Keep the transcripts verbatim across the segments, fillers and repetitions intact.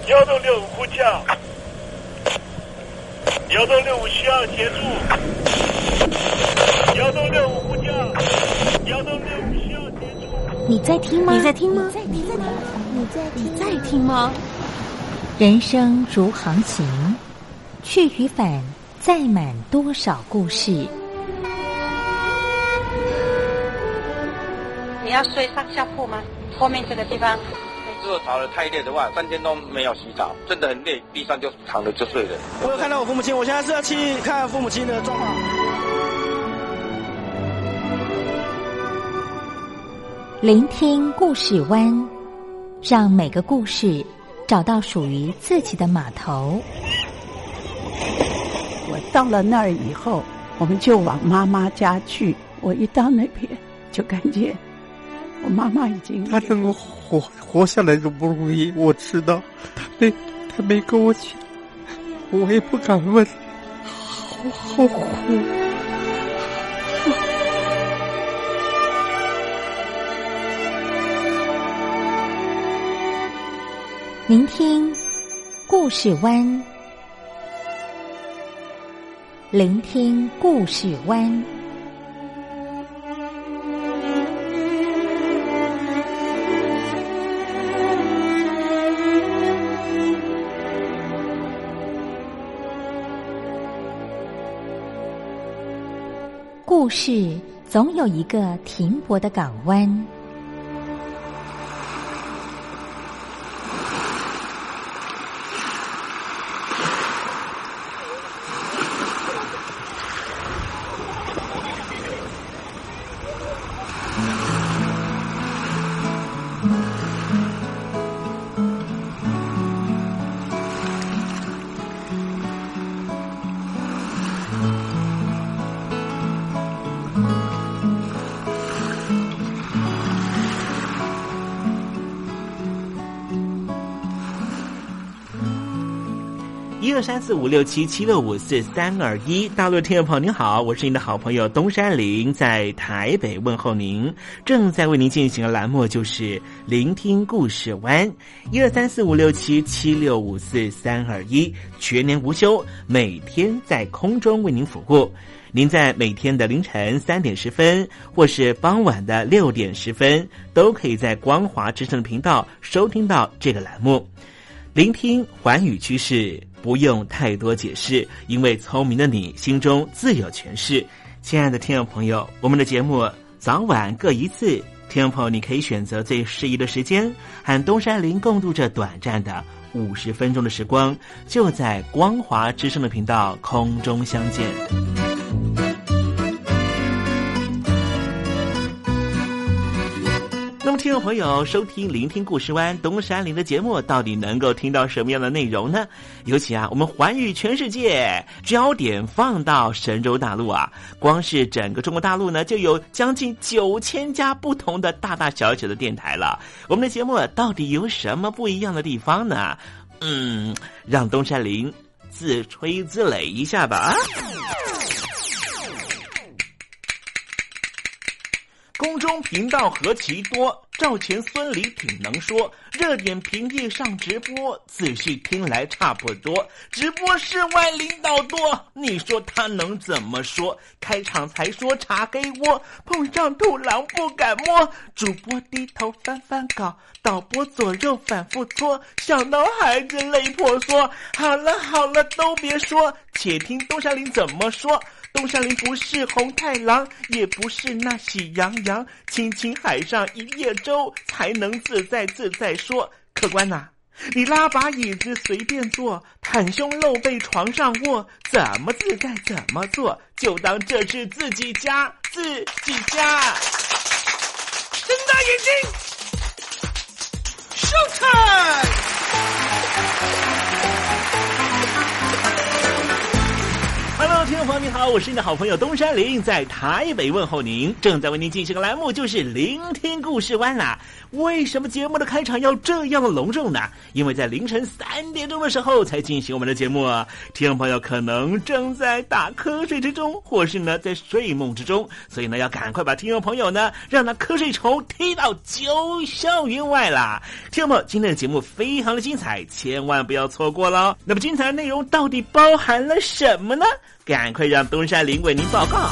幺洞六五呼叫，幺洞六五需要协助，幺洞六五呼叫，幺洞六五需要协助。 你在听吗？ 你在听吗？ 你在听吗？ 你在你在听吗？ 人生如航行，去与返，载满多少故事。 你要睡上下铺吗？后面这个地方。 如果吵得太累的话，三天都没有洗澡，真的很累，地上就躺着就睡了。 我有看到我父母亲，我现在是要去看父母亲的状况。 聆听故事湾，让每个故事找到属于自己的码头。 我到了那儿以后，我们就往妈妈家去。我一到那边，就感觉我妈妈已经她能够活活下来都不容易，我知道，她没她没跟我讲，我也不敢问，好好苦。 聆听故事湾，聆听故事湾。故事总有一个停泊的港湾。 一二三四五六七七六五四三二一，大陆的听众朋友您好，我是您的好朋友东山林，在台北问候您。正在为您进行的栏目就是聆听故事湾，一二三四五六七七六五四三二一，全年无休，每天在空中为您服务。您在每天的凌晨三点十分，或是傍晚的六点十分，都可以在光华之声的频道收听到这个栏目。聆听寰宇趋势，不用太多解释，因为聪明的你心中自有诠释。亲爱的听众朋友，我们的节目早晚各一次，听众朋友你可以选择最适宜的时间，和东山林共度这短暂的五十分钟的时光，就在光华之声的频道空中相见。那么听众朋友收听聆听故事湾东山林的节目，到底能够听到什么样的内容呢？尤其啊，我们环宇全世界，焦点放到神州大陆啊，光是整个中国大陆呢，就有将近九千家不同的大大小小的电台了。我们的节目到底有什么不一样的地方呢？嗯，让东山林自吹自擂一下吧。空中频道何其多，赵钱孙李挺能说，热点平地上直播，仔细听来差不多。直播室外领导多，你说他能怎么说？开场才说茶黑窝，碰上土狼不敢摸。主播低头翻翻稿，导播左右反复搓，想到孩子泪婆娑。好了好了，都别说，且听东山林怎么说。东山林不是红太狼，也不是那喜羊羊，亲亲海上一叶舟，才能自在自在说。客官呐、啊，你拉把椅子随便坐，袒胸露背床上卧，怎么自在怎么做，就当这是自己家，自己家。睁大眼睛 ，Showtime！Hello， 听众众朋友你好，我是你的好朋友东山林，在台北问候您。正在为您进行的栏目就是聆听故事湾啦。为什么节目的开场要这样的隆重呢？因为在凌晨三点钟的时候才进行我们的节目啊。听众朋友可能正在打瞌睡之中，或是呢在睡梦之中，所以呢要赶快把听众朋友呢让那瞌睡虫踢到九霄云外啦。听众朋友，今天的节目非常的精彩，千万不要错过了。那么精彩的内容到底包含了什么呢？赶快让东山林为您报告。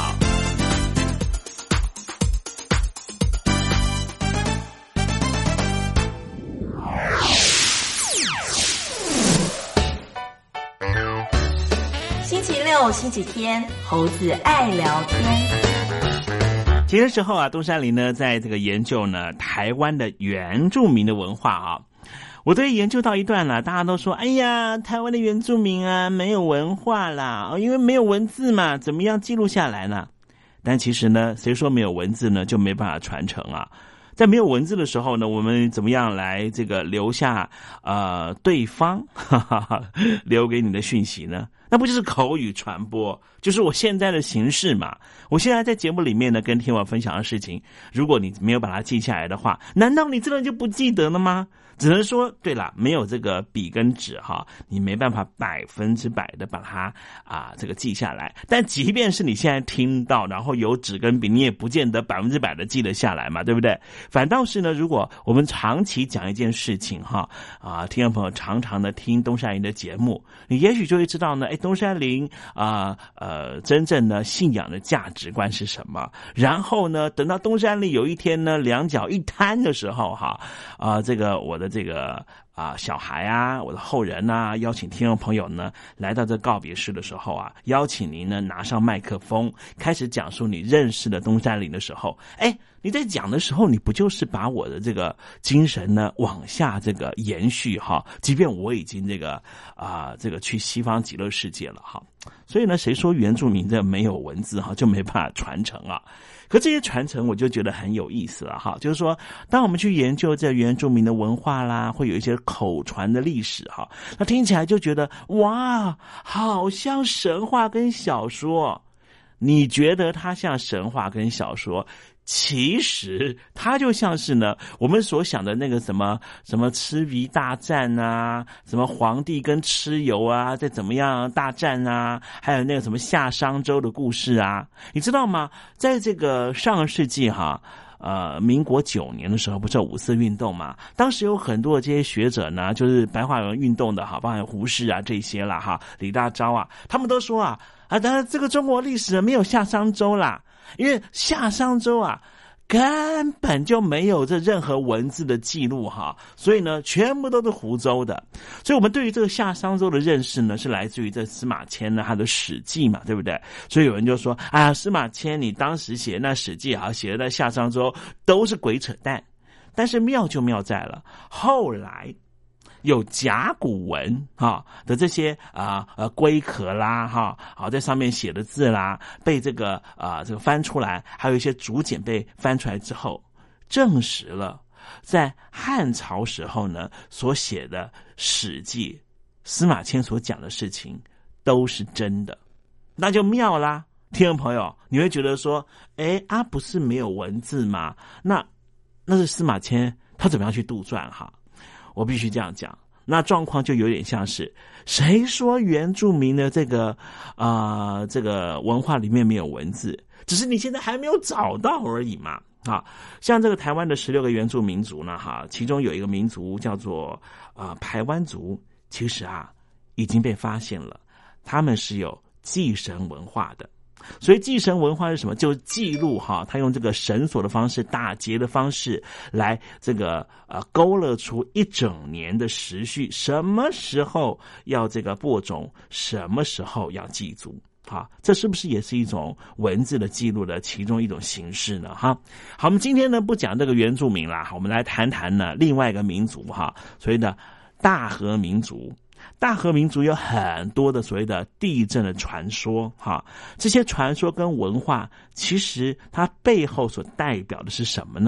星期六、星期天，猴子爱聊天。 前些时候啊，东山林呢在这个研究呢台湾的原住民的文化啊。我都研究到一段了，大家都说，哎呀，台湾的原住民啊，没有文化啦，因为没有文字嘛，怎么样记录下来呢？但其实呢，谁说没有文字呢，就没办法传承啊？在没有文字的时候呢，我们怎么样来这个留下呃对方哈哈哈留给你的讯息呢？那不就是口语传播，就是我现在的形式嘛。我现在在节目里面呢跟听我分享的事情，如果你没有把它记下来的话，难道你真的就不记得了吗？只能说对了，没有这个笔跟纸哈，你没办法百分之百的把它啊这个记下来。但即便是你现在听到，然后有纸跟笔，你也不见得百分之百的记得下来嘛，对不对？反倒是呢，如果我们长期讲一件事情哈啊，听众朋友常常的听东山林的节目，你也许就会知道呢，哎，东山林啊呃真正的信仰的价值观是什么。然后呢，等到东山林有一天呢两脚一摊的时候哈啊，这个我的。的这个啊小孩啊，我的后人啊，邀请听众朋友呢来到这告别式的时候啊，邀请您呢拿上麦克风，开始讲述你认识的东山林的时候，哎，你在讲的时候，你不就是把我的这个精神呢往下这个延续哈？即便我已经这个啊、呃、这个去西方极乐世界了哈，所以呢，谁说原住民这没有文字哈就没办法传承啊？可这些传承我就觉得很有意思了哈，就是说，当我们去研究这原住民的文化啦，会有一些口传的历史哈，那听起来就觉得哇，好像神话跟小说。你觉得它像神话跟小说？其实它就像是呢我们所想的那个什么什么吃鱼大战啊，什么皇帝跟蚩尤啊再怎么样大战啊，还有那个什么夏商周的故事啊，你知道吗？在这个上个世纪哈呃，民国九年的时候，不是有五四运动嘛？当时有很多的这些学者呢，就是白话文运动的哈，包含胡适啊这些啦哈，李大钊啊，他们都说啊啊，当然这个中国历史没有夏商周啦，因为夏商周啊根本就没有这任何文字的记录哈，所以呢全部都是胡诌的。所以我们对于这个夏商周的认识呢，是来自于这司马迁呢他的史记嘛，对不对？所以有人就说啊，司马迁你当时写那史记啊，写的那夏商周都是鬼扯淡。但是妙就妙在了，后来有甲骨文哈的这些啊呃龟壳啦哈，好在上面写的字啦，被这个啊、呃、这个翻出来，还有一些竹简被翻出来之后，证实了在汉朝时候呢所写的史记，司马迁所讲的事情都是真的，那就妙啦。听众朋友，你会觉得说，哎啊，不是没有文字吗？那那是司马迁他怎么样去杜撰哈？我必须这样讲，那状况就有点像是谁说原住民的这个啊、呃、这个文化里面没有文字，只是你现在还没有找到而已嘛。啊，像这个台湾的十六个原住民族呢，哈，其中有一个民族叫做啊、呃、排湾族，其实啊已经被发现了，他们是有祭神文化的。所以祭神文化是什么？就是记录哈，他用这个绳索的方式、打结的方式来这个呃勾勒出一整年的时序，什么时候要这个播种，什么时候要祭祖。好，这是不是也是一种文字的记录的其中一种形式呢？哈，好，我们今天呢不讲这个原住民啦，我们来谈谈呢另外一个民族哈，所谓的大和民族。大和民族有很多的所谓的地震的传说哈，这些传说跟文化其实它背后所代表的是什么呢？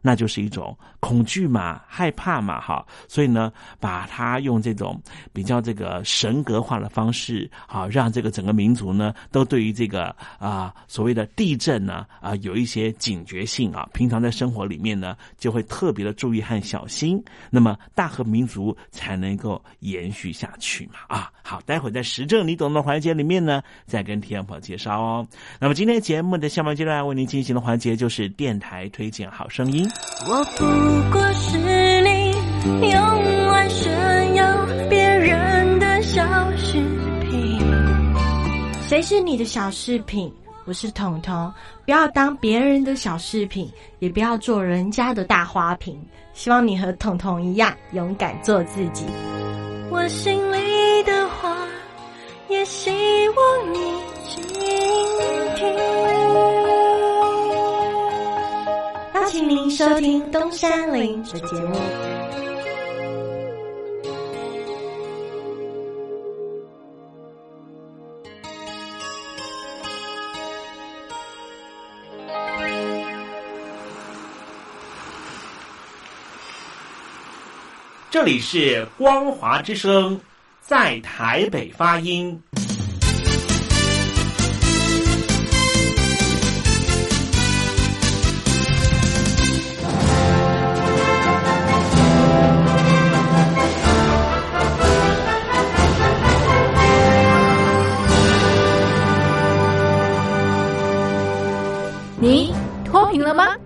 那就是一种恐惧嘛，害怕嘛，哈，所以呢，把它用这种比较这个神格化的方式，好，让这个整个民族呢，都对于这个啊、呃、所谓的地震呢啊、呃、有一些警觉性啊，平常在生活里面呢，就会特别的注意和小心，那么大和民族才能够延续下去嘛，啊，好，待会在时政你懂的环节里面呢，再跟听众朋友介绍哦。那么今天节目的下半阶段为您进行的环节就是电台推荐好声音。 我不过是你用来炫耀别人的小饰品。谁是你的小饰品？我是彤彤，不要当别人的小饰品，也不要做人家的大花瓶。希望你和彤彤一样勇敢做自己。我心里的话，也希望你倾听。邀请您收听东山林的节目。 这里是光华之声，在台北发音。 你脱贫了吗？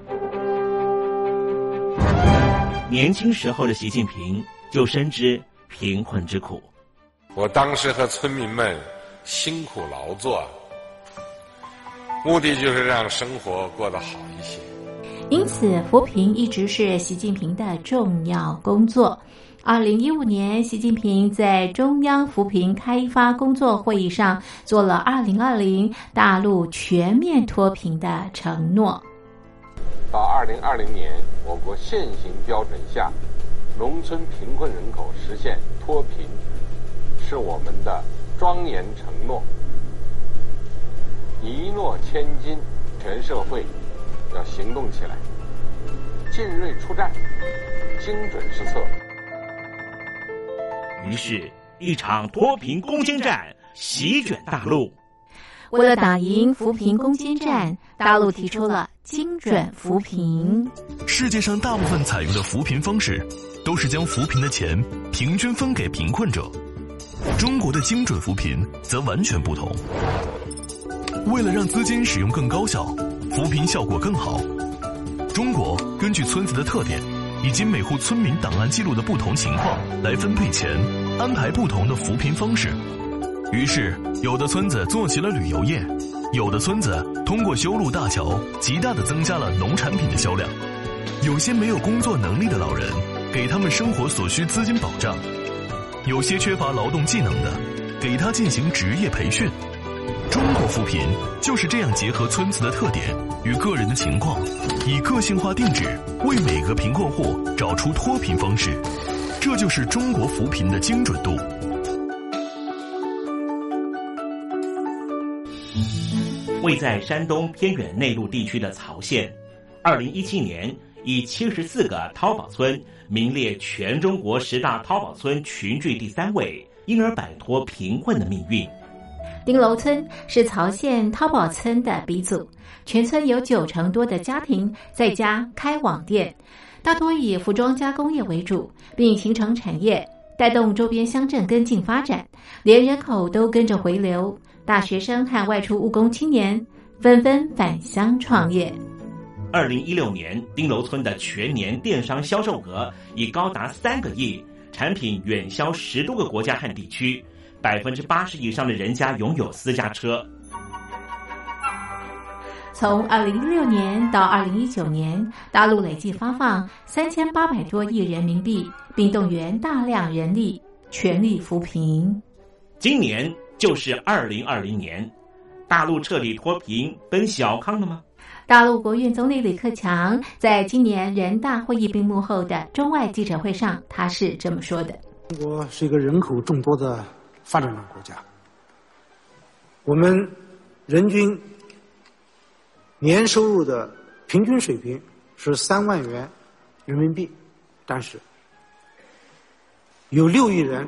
年轻时候的习近平就深知贫困之苦。 我当时和村民们辛苦劳作，目的就是让生活过得好一些。 因此，扶贫一直是习近平的重要工作。二零一五年，习近平在中央扶贫开发工作会议上做了二零二零大陆全面脱贫的承诺。 到二零二零年，我国现行标准下，农村贫困人口实现脱贫，是我们的庄严承诺。一诺千金，全社会要行动起来，进锐出战，精准施策。 于是，一场脱贫攻坚战席卷大陆。 为了打赢扶贫攻坚战，大陆提出了精准扶贫。 世界上大部分采用的扶贫方式，都是将扶贫的钱平均分给贫困者。中国的精准扶贫则完全不同。为了让资金使用更高效，扶贫效果更好，中国根据村子的特点以及每户村民档案记录的不同情况来分配钱，安排不同的扶贫方式。于是，有的村子做起了旅游业，有的村子通过修路大桥，极大地增加了农产品的销量。有些没有工作能力的老人，给他们生活所需资金保障；有些缺乏劳动技能的，给他进行职业培训。中国扶贫就是这样结合村子的特点与个人的情况，以个性化定制为每个贫困户找出脱贫方式。这就是中国扶贫的精准度。 位在山东偏远内陆地区的曹县，二零一七年以七十四个淘宝村名列全中国十大淘宝村群聚第三位，因而摆脱贫困的命运。 丁楼村是曹县淘宝村的鼻祖，全村有九成多的家庭在家开网店，大多以服装加工业为主，并形成产业，带动周边乡镇跟进发展，连人口都跟着回流。大学生和外出务工青年纷纷返乡创业。 二零一六年，丁楼村的全年电商销售额已高达三个亿，产品远销十多个国家和地区，百分之八十以上的人家拥有私家车。 从二零一六年到二零一九年，大陆累计发放三千八百多亿人民币，并动员大量人力，全力扶贫。 今年就是二零二零年，大陆彻底脱贫奔小康了吗？ 大陆国务院总理李克强在今年人大会议闭幕后的中外记者会上，他是这么说的： 中国是一个人口众多的发展中国家，我们人均年收入的平均水平是三万元人民币，但是有六亿人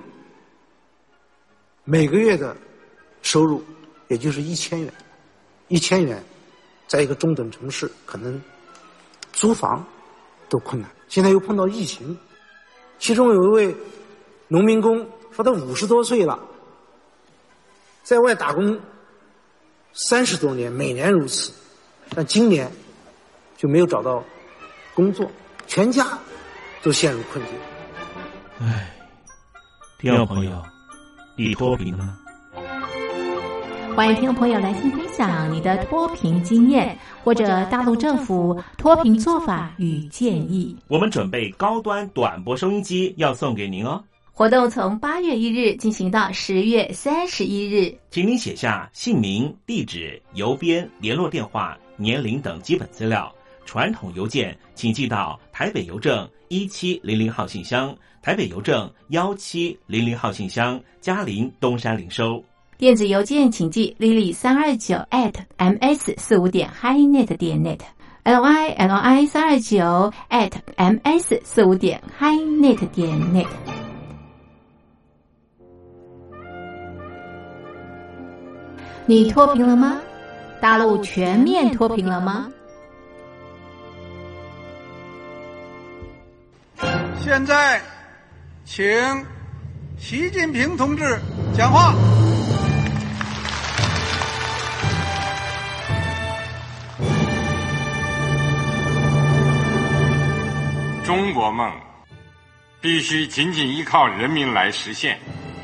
每个月的收入也就是一千元，一千元在一个中等城市可能租房都困难，现在又碰到疫情，其中有一位农民工说他五十多岁了，在外打工三十多年，每年如此，但今年就没有找到工作，全家都陷入困境。 唉，听众朋友，你脱贫了吗？ 欢迎听众朋友来信分享你的脱贫经验，或者大陆政府脱贫做法与建议。 我们准备高端短波收音机要送给您哦。 活动从八月一日进行到十月三十一日， 请您写下姓名、地址、邮编、联络电话、年龄等基本资料。传统邮件请寄到台北邮政一七零零号信箱，台北邮政一七零零号信箱，嘉陵东山零收。 电子邮件请寄 lily 三二九 at ms 四五点 highnet 点 net l i l i 三二九 at ms 四五点 highnet 点 net。你脱贫了吗？大陆全面脱贫了吗？ 现在，请习近平同志讲话。 中国梦必须紧紧依靠人民来实现。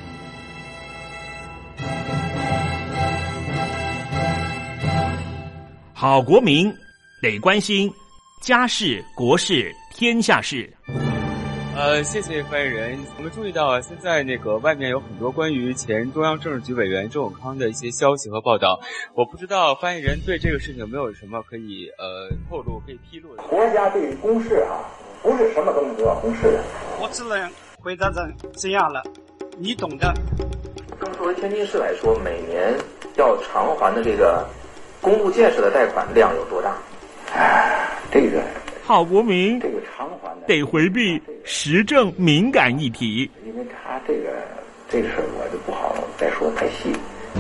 好国民得关心家事、国事、天下事。 呃，谢谢发言人。我们注意到现在那个外面有很多关于前中央政治局委员周永康的一些消息和报道，我不知道发言人对这个事情有没有什么可以呃透露、可以披露的。 国家对于公事啊，不是什么东西都要公示的。 我只能回答成这样了，你懂的。 那么作为天津市来说，每年要偿还的这个公路建设的贷款量有多大？哎，这个好国民这个偿还的得回避时政敏感议题， 因为他这个这个事儿我就不好再说太细。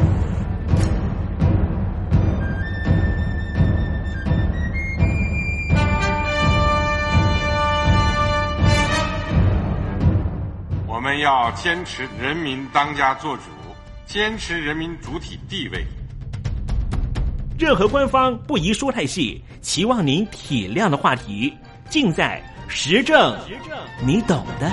我们要坚持人民当家作主，坚持人民主体地位。 任何官方不宜说太细，期望您体谅的话题，尽在时政，你懂的。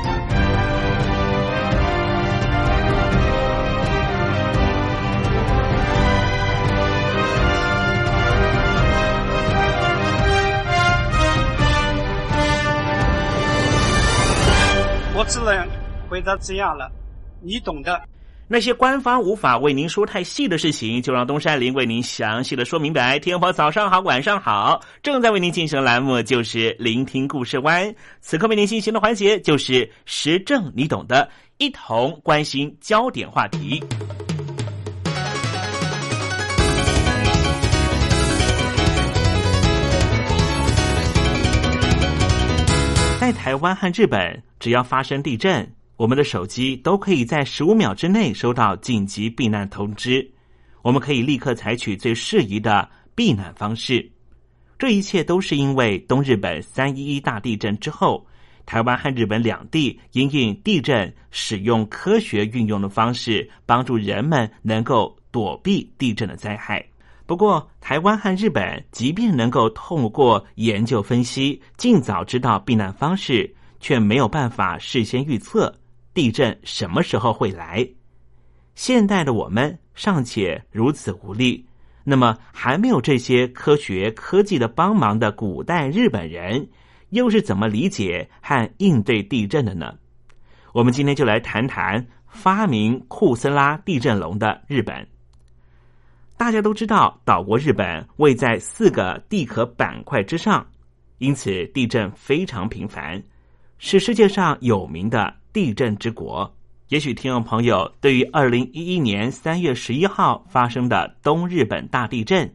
我只能回答这样了，你懂的。 那些官方无法为您说太细的事情，就让东山林为您详细的说明白。天婆早上好，晚上好，正在为您进行的栏目就是聆听故事湾，此刻为您进行的环节就是时政你懂的，一同关心焦点话题。在台湾和日本，只要发生地震，我们的手机都可以在十五秒之内收到紧急避难通知，我们可以立刻采取最适宜的避难方式。这一切都是因为东日本三一一大地震之后，台湾和日本两地因应地震使用科学运用的方式，帮助人们能够躲避地震的灾害。不过，台湾和日本即便能够透过研究分析，尽早知道避难方式，却没有办法事先预测地震什么时候会来。现代的我们尚且如此无力，那么还没有这些科学科技的帮忙的古代日本人，又是怎么理解和应对地震的呢？我们今天就来谈谈发明库森拉地震龙的日本。大家都知道，岛国日本位在四个地壳板块之上，因此地震非常频繁，是世界上有名的地震之国。也许听众朋友对于二零一一年三月十一号发生的东日本大地震，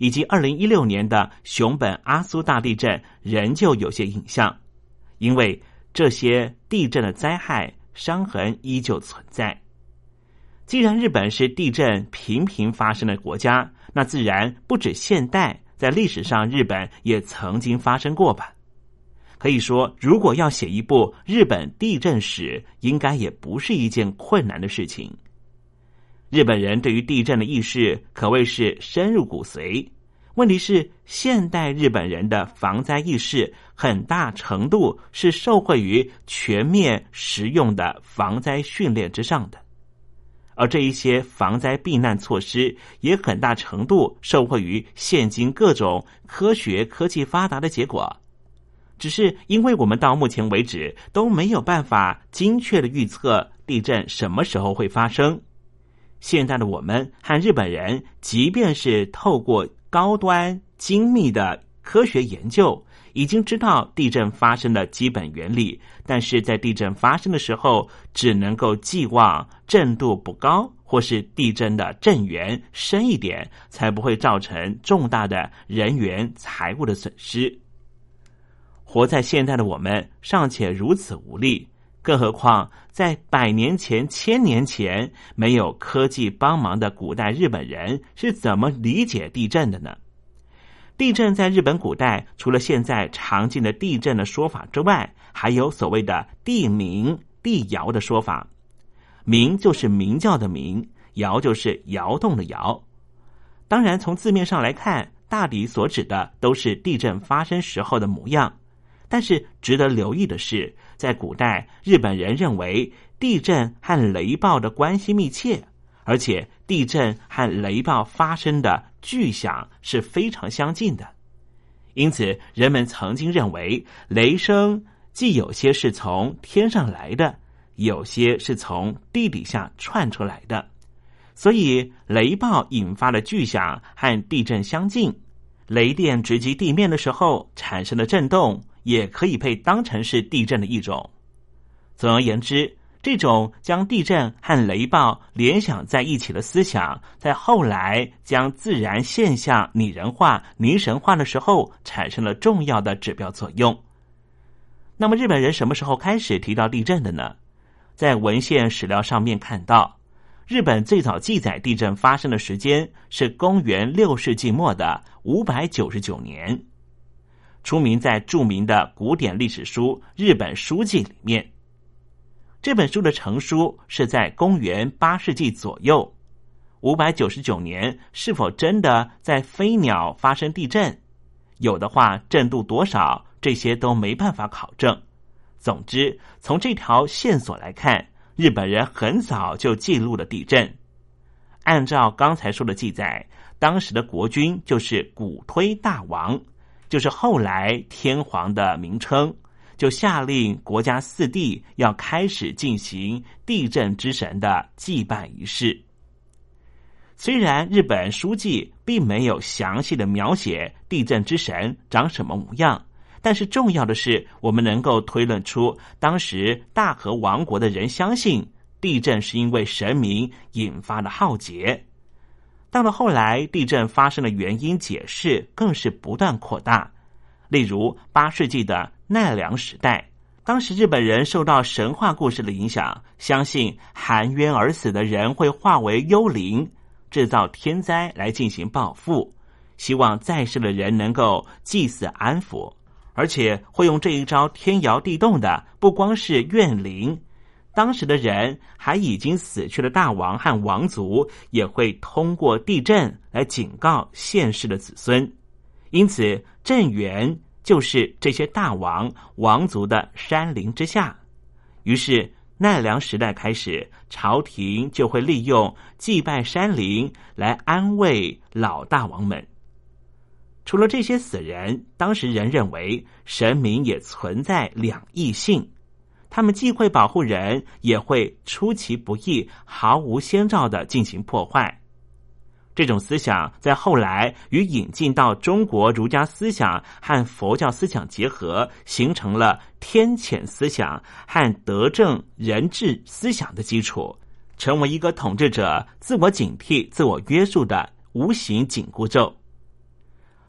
以及二零一六年的熊本阿苏大地震仍旧有些影像，因为这些地震的灾害伤痕依旧存在。既然日本是地震频频发生的国家，那自然不止现代，在历史上日本也曾经发生过吧。可以说，如果要写一部日本地震史，应该也不是一件困难的事情。日本人对于地震的意识可谓是深入骨髓。问题是，现代日本人的防灾意识很大程度是受惠于全面实用的防灾训练之上的，而这一些防灾避难措施也很大程度受惠于现今各种科学科技发达的结果。只是因为我们到目前为止都没有办法精确的预测地震什么时候会发生。现在的我们和日本人，即便是透过高端精密的科学研究，已经知道地震发生的基本原理，但是在地震发生的时候，只能够寄望震度不高，或是地震的震源深一点，才不会造成重大的人员财物的损失。活在现代的我们尚且如此无力，更何况在百年前、千年前没有科技帮忙的古代日本人是怎么理解地震的呢？地震在日本古代，除了现在常见的地震的说法之外，还有所谓的地鸣、地摇的说法。鸣就是鸣叫的鸣，摇就是摇动的摇。当然，从字面上来看，大抵所指的都是地震发生时候的模样。但是值得留意的是，在古代日本人认为地震和雷暴的关系密切，而且地震和雷暴发生的巨响是非常相近的。因此人们曾经认为雷声既有些是从天上来的，有些是从地底下窜出来的，所以雷暴引发的巨响和地震相近，雷电直击地面的时候产生的震动也可以被当成是地震的一种。总而言之，这种将地震和雷暴联想在一起的思想，在后来将自然现象拟人化、拟神化的时候，产生了重要的指标作用。那么日本人什么时候开始提到地震的呢？在文献史料上面看到，日本最早记载地震发生的时间是公元六世纪末的五百九十九年。出名在著名的古典历史书《日本书纪》里面。这本书的成书是在公元八世纪左右。五百九十九年是否真的在飞鸟发生地震？有的话，震度多少？这些都没办法考证。总之，从这条线索来看，日本人很早就记录了地震。按照刚才说的记载，当时的国君就是古推大王，就是后来天皇的名称，就下令国家四地要开始进行地震之神的祭拜仪式。虽然日本书记并没有详细的描写地震之神长什么模样，但是重要的是，我们能够推论出当时大和王国的人相信地震是因为神明引发的浩劫。到了后来，地震发生的原因解释更是不断扩大。例如八世纪的奈良时代，当时日本人受到神话故事的影响，相信含冤而死的人会化为幽灵，制造天灾来进行报复，希望在世的人能够祭祀安抚，而且会用这一招天摇地动的不光是怨灵，当时的人还已经死去的大王和王族也会通过地震来警告现世的子孙。因此震源就是这些大王王族的山林之下。于是奈良时代开始，朝廷就会利用祭拜山林来安慰老大王们。除了这些死人，当时人认为神明也存在两异性，他们既会保护人，也会出其不意、毫无先兆地进行破坏。这种思想在后来与引进到中国儒家思想和佛教思想结合，形成了天谴思想和德正人治思想的基础，成为一个统治者自我警惕、自我约束的无形紧箍咒。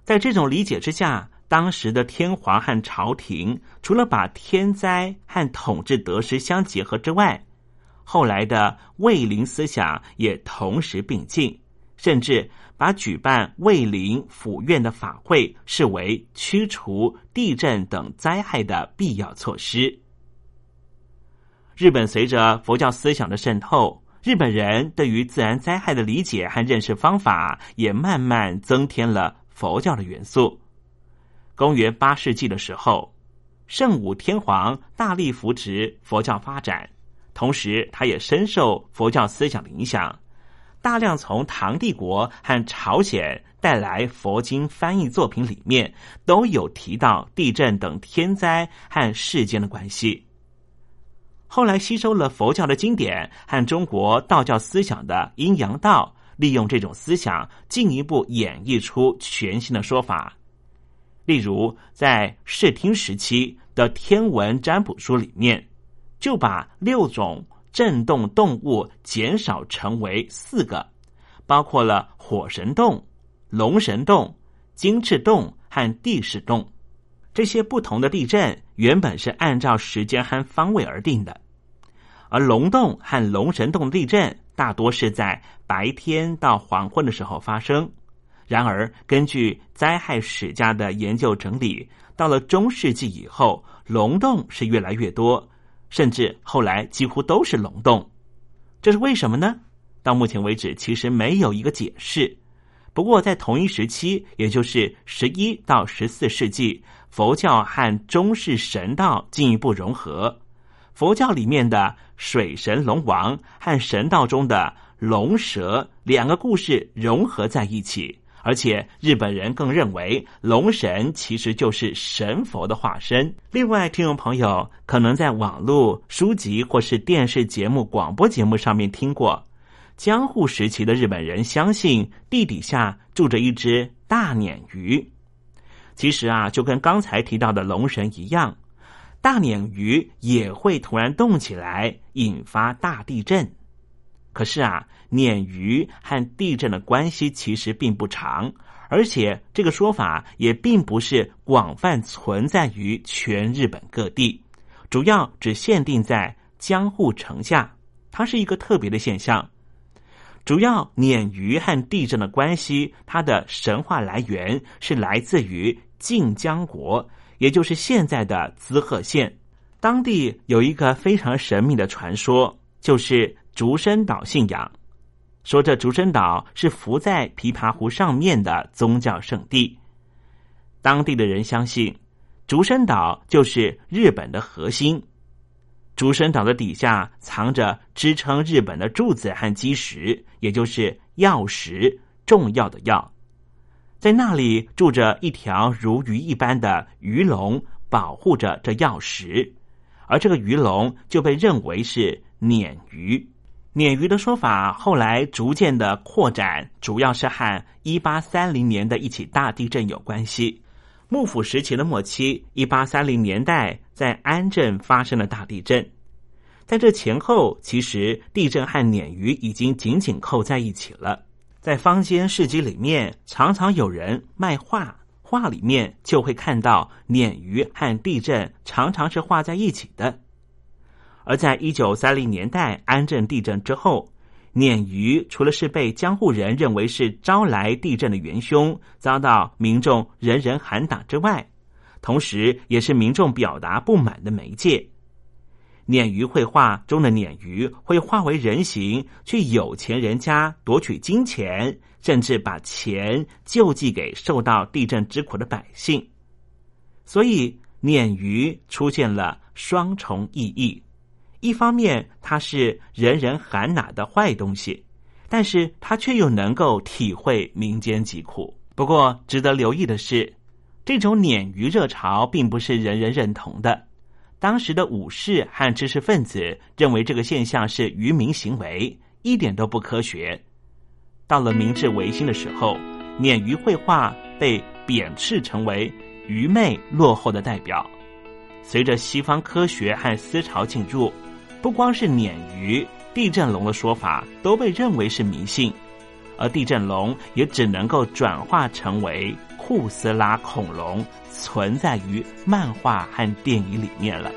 在这种理解之下，当时的天皇和朝廷除了把天灾和统治得失相结合之外，后来的卫灵思想也同时并进，甚至把举办卫灵府院的法会视为驱除地震等灾害的必要措施。日本随着佛教思想的渗透，日本人对于自然灾害的理解和认识方法也慢慢增添了佛教的元素。公元八世纪的时候，圣武天皇大力扶持佛教发展，同时他也深受佛教思想的影响，大量从唐帝国和朝鲜带来佛经翻译作品里面都有提到地震等天灾和世间的关系。后来吸收了佛教的经典和中国道教思想的阴阳道，利用这种思想进一步演绎出全新的说法。例如在视听时期的天文占卜书里面，就把六种震动动物减少成为四个，包括了火神动、龙神动、金翅动和地势动。这些不同的地震原本是按照时间和方位而定的，而龙动和龙神动的地震大多是在白天到黄昏的时候发生。然而根据灾害史家的研究整理，到了中世纪以后，龙动是越来越多，甚至后来几乎都是龙动。这是为什么呢？到目前为止其实没有一个解释。不过在同一时期，也就是十一到十四世纪，佛教和中式神道进一步融合，佛教里面的水神龙王和神道中的龙蛇两个故事融合在一起，而且日本人更认为龙神其实就是神佛的化身。另外，听众朋友可能在网络、书籍或是电视节目、广播节目上面听过，江户时期的日本人相信地底下住着一只大鲶鱼。其实啊，就跟刚才提到的龙神一样，大鲶鱼也会突然动起来，引发大地震。可是啊，鲶鱼和地震的关系其实并不长，而且这个说法也并不是广泛存在于全日本各地，主要只限定在江户城下，它是一个特别的现象。主要鲶鱼和地震的关系，它的神话来源是来自于近江国，也就是现在的滋贺县。当地有一个非常神秘的传说，就是竹生岛信仰，说这竹生岛是浮在琵琶湖上面的宗教圣地。当地的人相信竹生岛就是日本的核心，竹生岛的底下藏着支撑日本的柱子和基石，也就是要石，重要的要。在那里住着一条如鱼一般的鱼龙，保护着这要石，而这个鱼龙就被认为是鲶鱼。鲶鱼的说法后来逐渐的扩展，主要是和一八三零年的一起大地震有关系。幕府时期的末期，一八三零年代在安镇发生了大地震。在这前后，其实地震和鲶鱼已经紧紧扣在一起了。在坊间市集里面，常常有人卖画，画里面就会看到鲶鱼和地震常常是画在一起的。而在一九三零年代安镇地震之后，鲶鱼除了是被江户人认为是招来地震的元凶，遭到民众人人喊打之外，同时也是民众表达不满的媒介。鲶鱼绘画中的鲶鱼会化为人形，去有钱人家夺取金钱，甚至把钱救济给受到地震之苦的百姓。所以鲶鱼出现了双重意义，一方面它是人人喊打的坏东西，但是它却又能够体会民间疾苦。不过值得留意的是，这种鲶鱼热潮并不是人人认同的。当时的武士和知识分子认为这个现象是愚民行为，一点都不科学。到了明治维新的时候，鲶鱼绘画被贬斥成为愚昧落后的代表。随着西方科学和思潮进入，不光是鲶鱼、地震龙的说法都被认为是迷信，而地震龙也只能够转化成为库斯拉恐龙存在于漫画和电影里面了。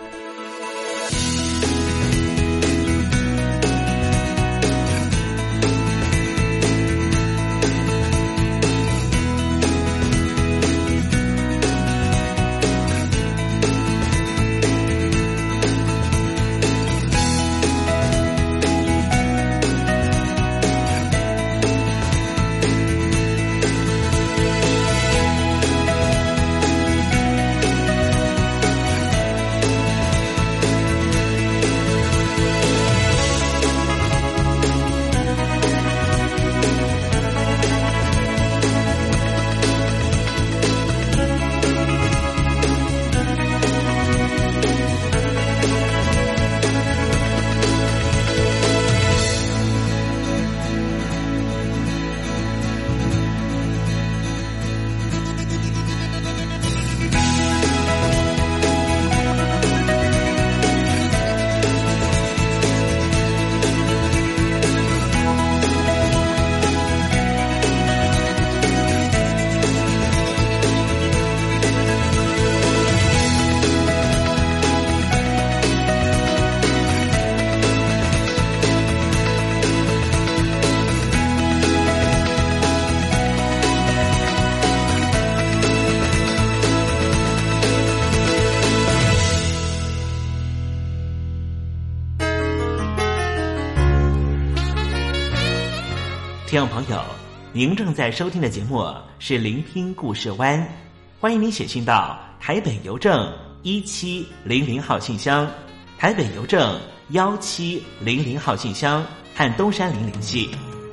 听众朋友，您正在收听的节目是聆听故事湾，欢迎您写信到台北邮政一七零零号信箱，台北邮政幺七零零号信箱和东山林联系。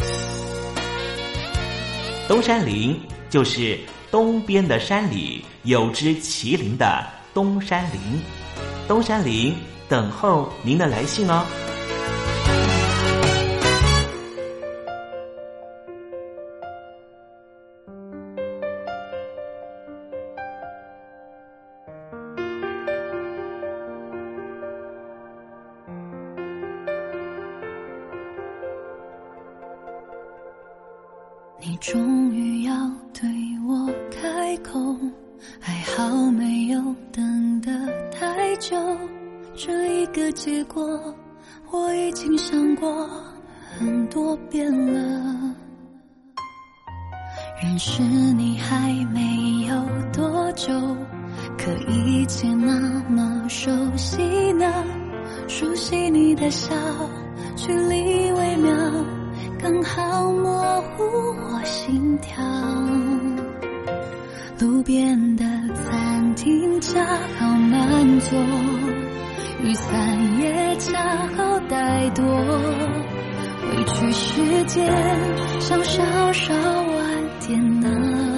东山林就是东边的山里有只麒麟的东山林，东山林等候您的来信哦。 你终于要对我开口，还好没有等得太久，这一个结果我已经想过很多遍了。认识你还没有多久，可一切那么熟悉呢，熟悉你的笑，距离微妙，刚好模糊我心跳。路边的餐厅恰好满座，雨伞也恰好带多，委屈时间想稍稍晚点呢，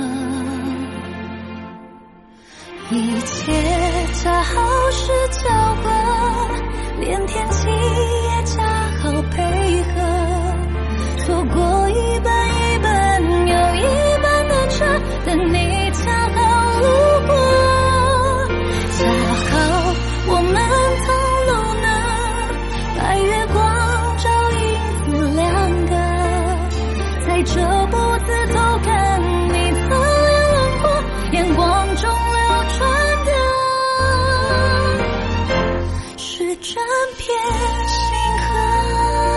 一切恰好是巧合，连天气也恰好配合，错过一半一半又一半的车，等你恰好路过，恰好我们同路呢，白月光照影子两个，在这步子偷看你侧脸轮廓，眼光中流传的是整片星河。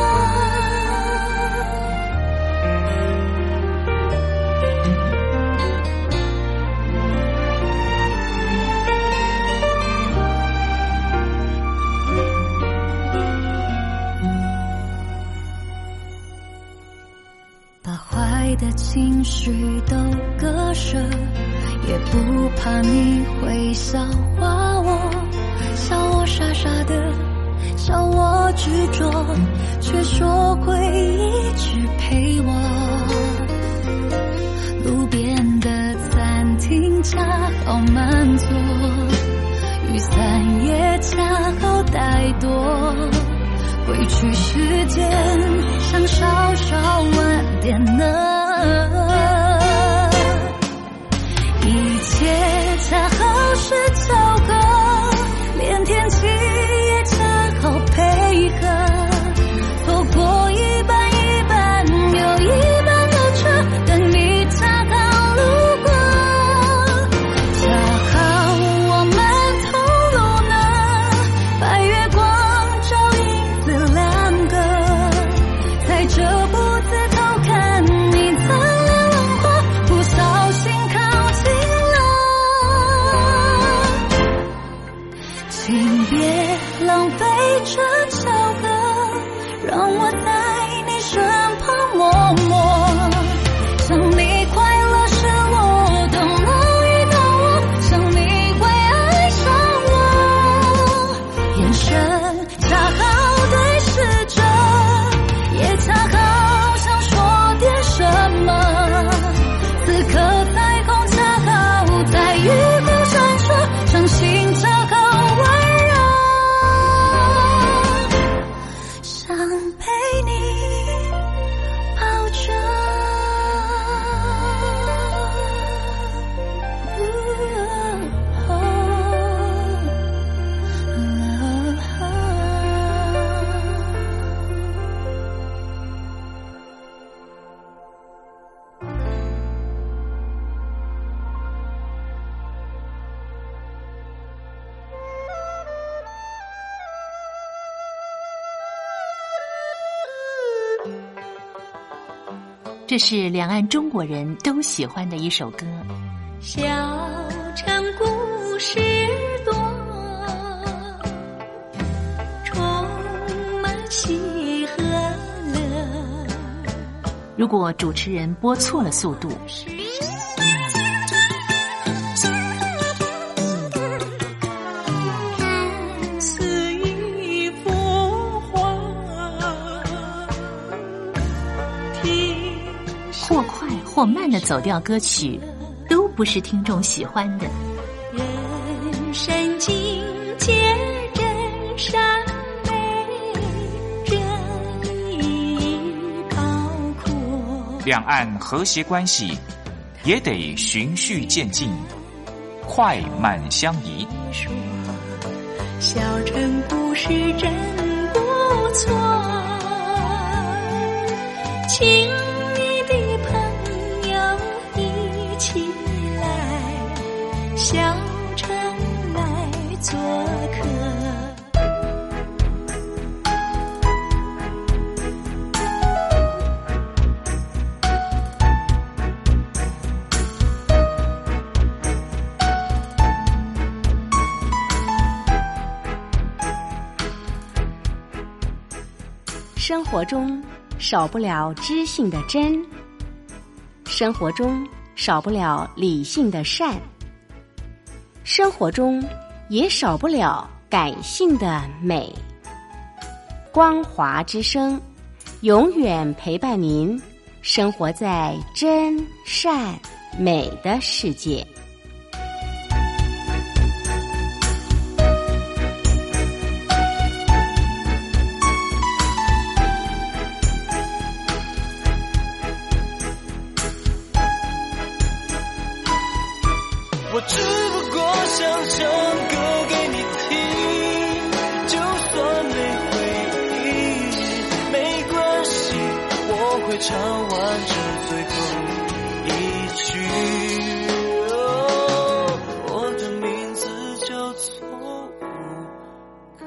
的情绪都割舍，也不怕你会笑话我，笑我傻傻的，笑我执着，却说会一直陪我。路边的餐厅恰好满座，雨伞也恰好带多，委屈时间想稍稍晚点呢，一切恰好是巧合，连天气也恰好配合，错过一半一半又一半的车，等你恰好路过， 这是两岸中国人都喜欢的一首歌。 小城故事多，充满喜和乐。 如果主持人播错了速度， 看似一幅画， 或快或慢的走调歌曲都不是听众喜欢的。 人生境界真善美，真意高阔。 两岸和谐关系也得循序渐进，快慢相宜。 小城故事真不错，亲密的朋友一起来，小城来做客。 生活中少不了知性的真，生活中少不了理性的善，生活中也少不了感性的美。光华之声永远陪伴您，生活在真善美的世界。 我只不过想唱歌给你听，就算没回应没关系，我会唱完这最后一句。哦，我的名字叫错误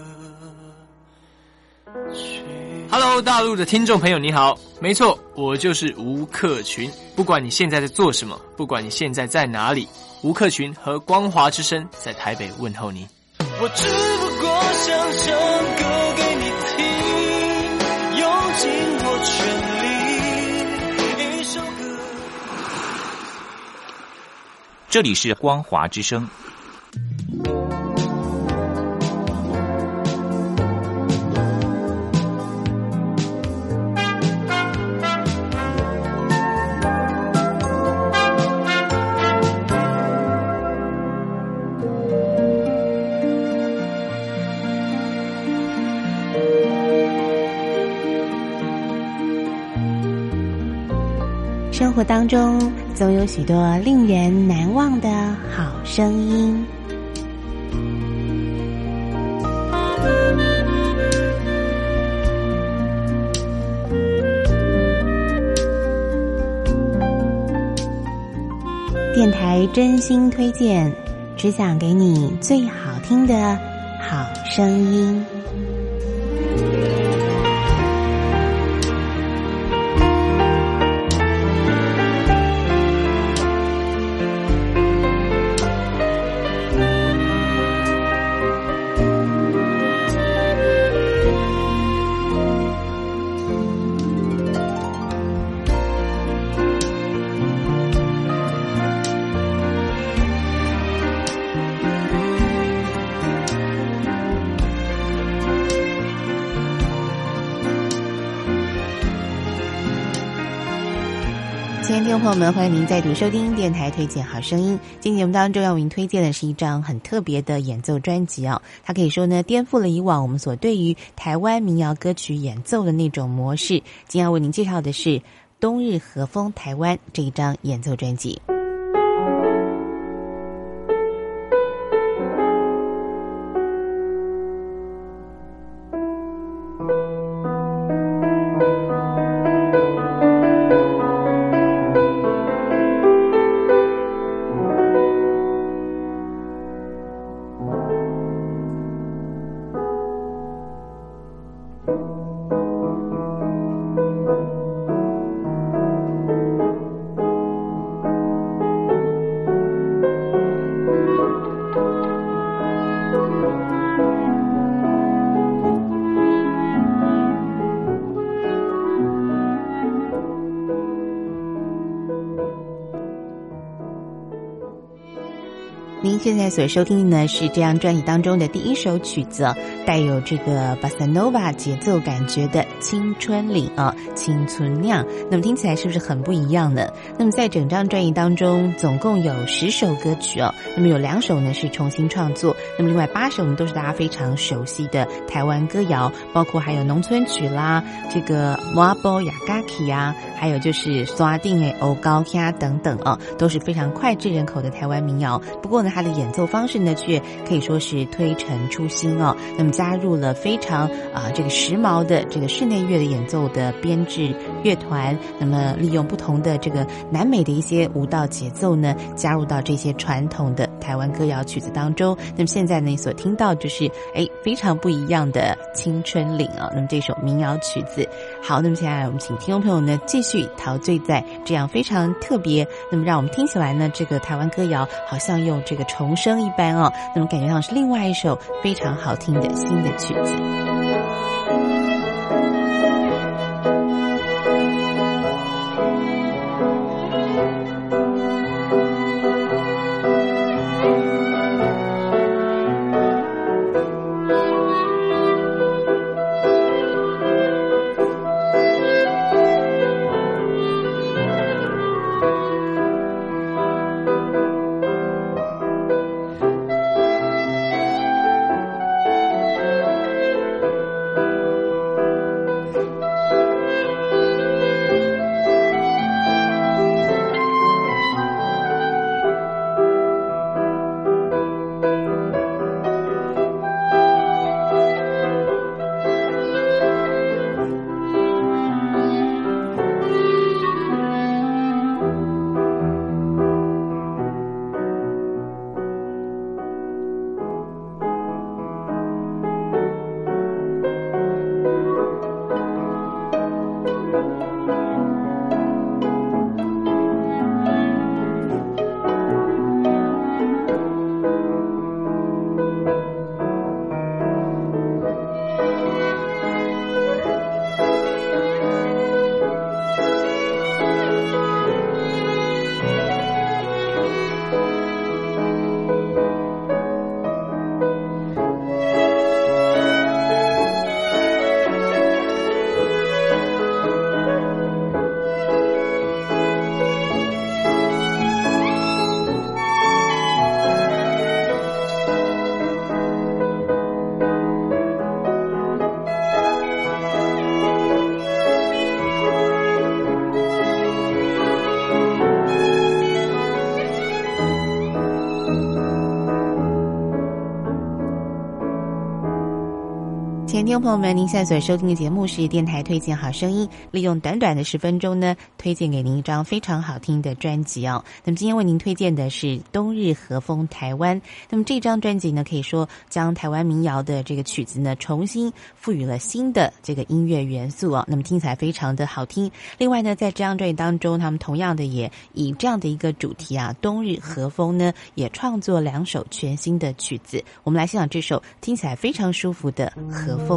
歌曲。Hello， 大陆的听众朋友你好，没错，我就是吴克群。不管你现在在做什么，不管你现在在哪里，吴克群和光华之声在台北问候您。我只不过想唱歌给你听，用尽我全力，一首歌。 这里是光华之声。 生活当中总有许多令人难忘的好声音。电台真心推荐，只想给你最好听的好声音。亲爱的听众朋友们，欢迎您再度收听电台推荐好声音。今天节目当中要为您推荐的是一张很特别的演奏专辑哦，它可以说呢颠覆了以往我们所对于台湾民谣歌曲演奏的那种模式。今天要为您介绍的是《冬日和风台湾》这一张演奏专辑。 现在所收听的呢是这张专辑当中的第一首曲子哦，带有这个巴萨诺瓦节奏感觉的青春岭啊，青春酿。那么听起来是不是很不一样呢？那么在整张专辑当中总共有十首歌曲哦，那么有两首呢是重新创作，那么另外八首呢都是大家非常熟悉的台湾歌谣，包括还有农村曲啦，这个摩波雅嘎奇啊，还有就是刷定诶欧高卡等等啊，都是非常脍炙人口的台湾民谣。不过呢，它的演奏方式呢却可以说是推陈出新哦。那么加入了非常啊、呃、这个时髦的这个室内乐的演奏的编制乐团，那么利用不同的这个南美的一些舞蹈节奏呢，加入到这些传统的台湾歌谣曲子当中。那么现在呢，你所听到就是哎非常不一样的青春岭啊。那么这首民谣曲子，好，那么现在我们请听众朋友呢继续陶醉在这样非常特别，那么让我们听起来呢，这个台湾歌谣好像用这个重生一般哦，那么感觉上是另外一首非常好听的新的曲子。听众朋友们，您现在所收听的节目是电台推荐好声音，利用短短的十分钟呢，推荐给您一张非常好听的专辑哦。那么今天为您推荐的是冬日和风台湾。那么这张专辑呢，可以说将台湾民谣的这个曲子呢，重新赋予了新的这个音乐元素哦。那么听起来非常的好听。另外呢，在这张专辑当中，他们同样的也以这样的一个主题啊，冬日和风呢，也创作两首全新的曲子。我们来欣赏这首听起来非常舒服的和风。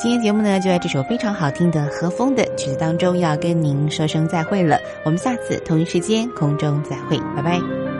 今天节目呢，就在这首非常好听的和风的曲子当中，要跟您说声再会了。我们下次同一时间空中再会，拜拜。